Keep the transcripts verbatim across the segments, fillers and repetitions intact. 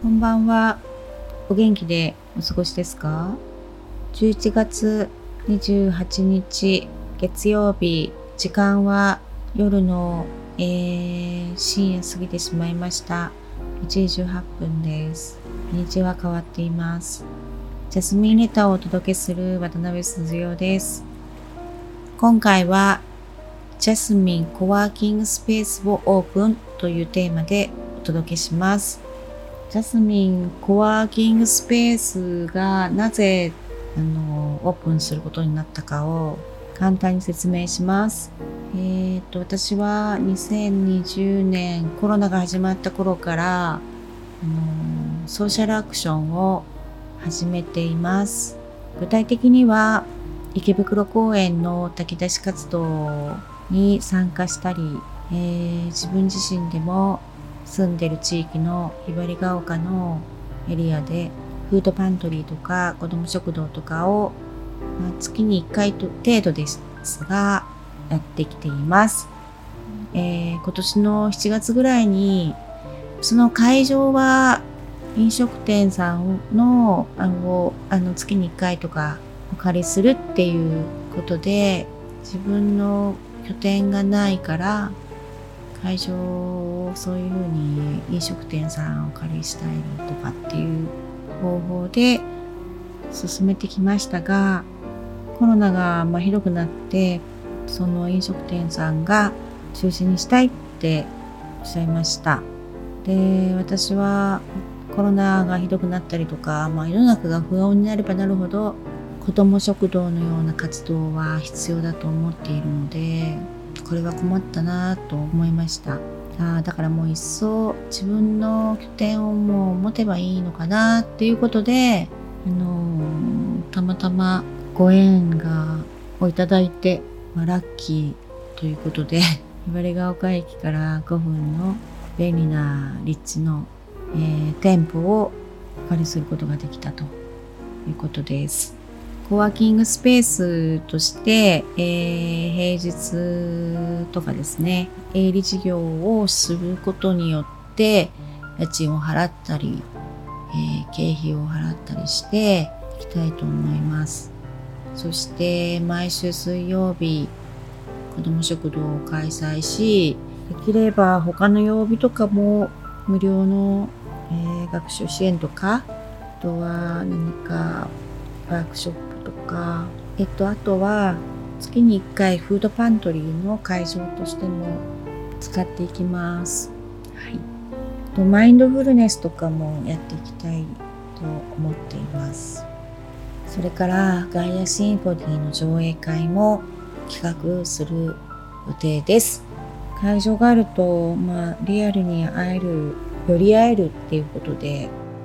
こんばんは。お元気でお過ごしですか？じゅういちがつにじゅうはちにち月曜日、時間は夜の、えー、深夜過ぎてしまいました。いちじじゅうはっぷんです。日にちは変わっています。ジャスミンレターをお届けする渡辺鈴代です。今回はジャスミンコワーキングスペースをオープンというテーマでお届けします。ジャスミンコワーキングスペースがなぜあのオープンすることになったかを簡単に説明します。えーと、私はにせんにじゅうねんコロナが始まった頃からあのソーシャルアクションを始めています。具体的には池袋公園の炊き出し活動に参加したり、えー、自分自身でも住んでる地域のひばりが丘のエリアでフードパントリーとか子ども食堂とかを、まあ、月にいっかい程度ですがやってきています。えー、今年のしちがつぐらいにその会場は飲食店さんのあのあの月にいっかいとかお借りするっていうことで、自分の拠点がないから会場をそういうふうに飲食店さんをお借りしたりとかっていう方法で進めてきましたが、コロナがまあひどくなってその飲食店さんが中止にしたいっておっしゃいました。で、私はコロナがひどくなったりとか、まあ、世の中が不安になればなるほど子ども食堂のような活動は必要だと思っているので、これは困ったなと思いました。あだからもう一層自分の拠点をもう持てばいいのかなっていうことで、あのー、たまたまご縁がをいただいて、まあ、ラッキーということでひばりが丘駅からごふんの便利な立地の、えー、店舗をお借りすることができたということです。コワーキングスペースとして、えー、平日とかですね、営利事業をすることによって家賃を払ったり、えー、経費を払ったりしていきたいと思います。そして毎週水曜日子ども食堂を開催し、できれば他の曜日とかも無料の、えー、学習支援とか、あとは何かワークショップとか、えっとあとは月にいっかいフードパントリーの会場としても使っていきます。はい。とマインドフルネスとかもやっていきたいと思っています。それからガイアシンフォニーの上映会も企画する予定です。会場があると、まあ、リアルに会える、より会えるっていうことで、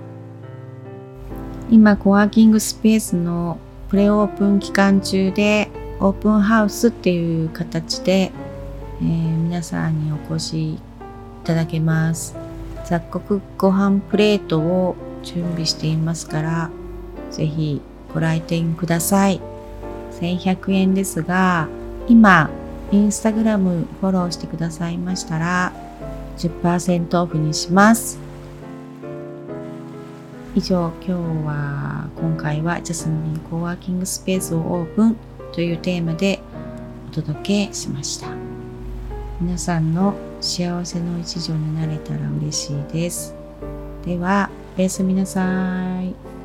今コワーキングスペースのプレオープン期間中でオープンハウスっていう形で、えー、皆さんにお越しいただけます。雑穀ご飯プレートを準備していますから、ぜひご来店ください。せんひゃくえんですが、今インスタグラムフォローしてくださいましたら じゅっパーセント オフにします。以上、今日は今回はジャスミンコワーキングスペースをオープンというテーマでお届けしました。皆さんの幸せの一助になれたら嬉しいです。では、おやすみなさい。